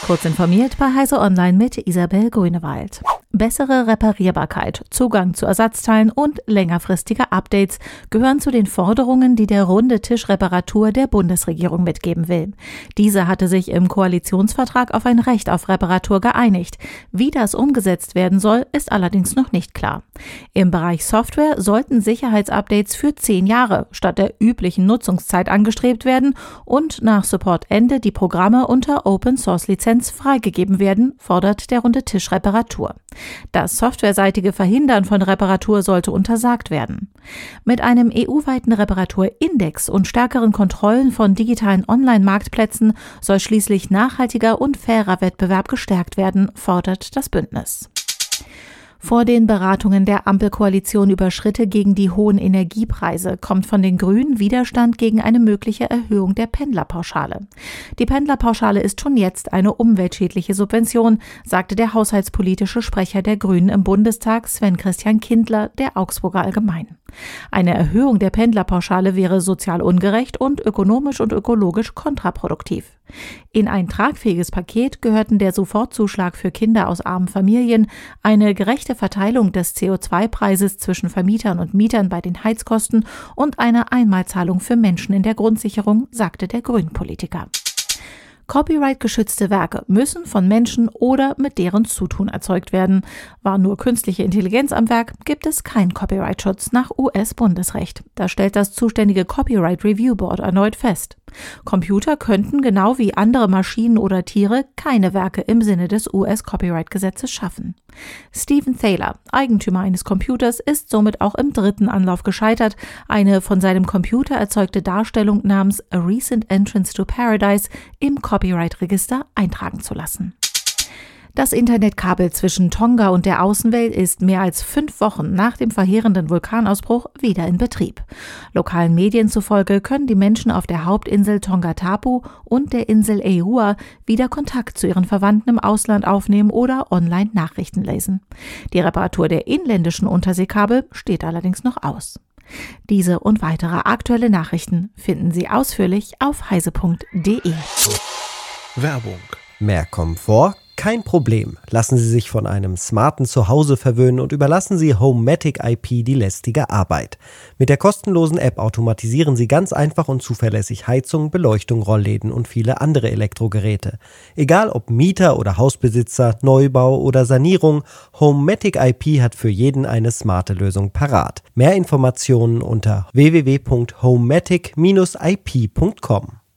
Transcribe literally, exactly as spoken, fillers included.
Kurz informiert bei Heise Online mit Isabel Grünewald. Bessere Reparierbarkeit, Zugang zu Ersatzteilen und längerfristige Updates gehören zu den Forderungen, die der Runde Tisch Reparatur der Bundesregierung mitgeben will. Diese hatte sich im Koalitionsvertrag auf ein Recht auf Reparatur geeinigt. Wie das umgesetzt werden soll, ist allerdings noch nicht klar. Im Bereich Software sollten Sicherheitsupdates für zehn Jahre statt der üblichen Nutzungszeit angestrebt werden und nach Supportende die Programme unter Open-Source-Lizenz freigegeben werden, fordert der Runde Tisch Reparatur. Das softwareseitige Verhindern von Reparatur sollte untersagt werden. Mit einem E U-weiten Reparaturindex und stärkeren Kontrollen von digitalen Online-Marktplätzen soll schließlich nachhaltiger und fairer Wettbewerb gestärkt werden, fordert das Bündnis. Vor den Beratungen der Ampelkoalition über Schritte gegen die hohen Energiepreise kommt von den Grünen Widerstand gegen eine mögliche Erhöhung der Pendlerpauschale. Die Pendlerpauschale ist schon jetzt eine umweltschädliche Subvention, sagte der haushaltspolitische Sprecher der Grünen im Bundestag, Sven-Christian Kindler, der Augsburger Allgemeinen. Eine Erhöhung der Pendlerpauschale wäre sozial ungerecht und ökonomisch und ökologisch kontraproduktiv. In ein tragfähiges Paket gehörten der Sofortzuschlag für Kinder aus armen Familien, eine gerechte Verteilung des C O zwei Preises zwischen Vermietern und Mietern bei den Heizkosten und eine Einmalzahlung für Menschen in der Grundsicherung, sagte der Grünen-Politiker. Copyright-geschützte Werke müssen von Menschen oder mit deren Zutun erzeugt werden. War nur künstliche Intelligenz am Werk, gibt es keinen Copyright-Schutz nach U S-Bundesrecht. Das stellt das zuständige Copyright Review Board erneut fest. Computer könnten genau wie andere Maschinen oder Tiere keine Werke im Sinne des U S-Copyright-Gesetzes schaffen. Stephen Thaler, Eigentümer eines Computers, ist somit auch im dritten Anlauf gescheitert, eine von seinem Computer erzeugte Darstellung namens A Recent Entrance to Paradise im Copyright-Register eintragen zu lassen. Das Internetkabel zwischen Tonga und der Außenwelt ist mehr als fünf Wochen nach dem verheerenden Vulkanausbruch wieder in Betrieb. Lokalen Medien zufolge können die Menschen auf der Hauptinsel Tonga-Tapu und der Insel Eua wieder Kontakt zu ihren Verwandten im Ausland aufnehmen oder online Nachrichten lesen. Die Reparatur der inländischen Unterseekabel steht allerdings noch aus. Diese und weitere aktuelle Nachrichten finden Sie ausführlich auf heise punkt de. Werbung. Mehr Komfort? Kein Problem. Lassen Sie sich von einem smarten Zuhause verwöhnen und überlassen Sie Homematic I P die lästige Arbeit. Mit der kostenlosen App automatisieren Sie ganz einfach und zuverlässig Heizung, Beleuchtung, Rollläden und viele andere Elektrogeräte. Egal ob Mieter oder Hausbesitzer, Neubau oder Sanierung, Homematic I P hat für jeden eine smarte Lösung parat. Mehr Informationen unter w w w punkt homematic dash i p punkt com.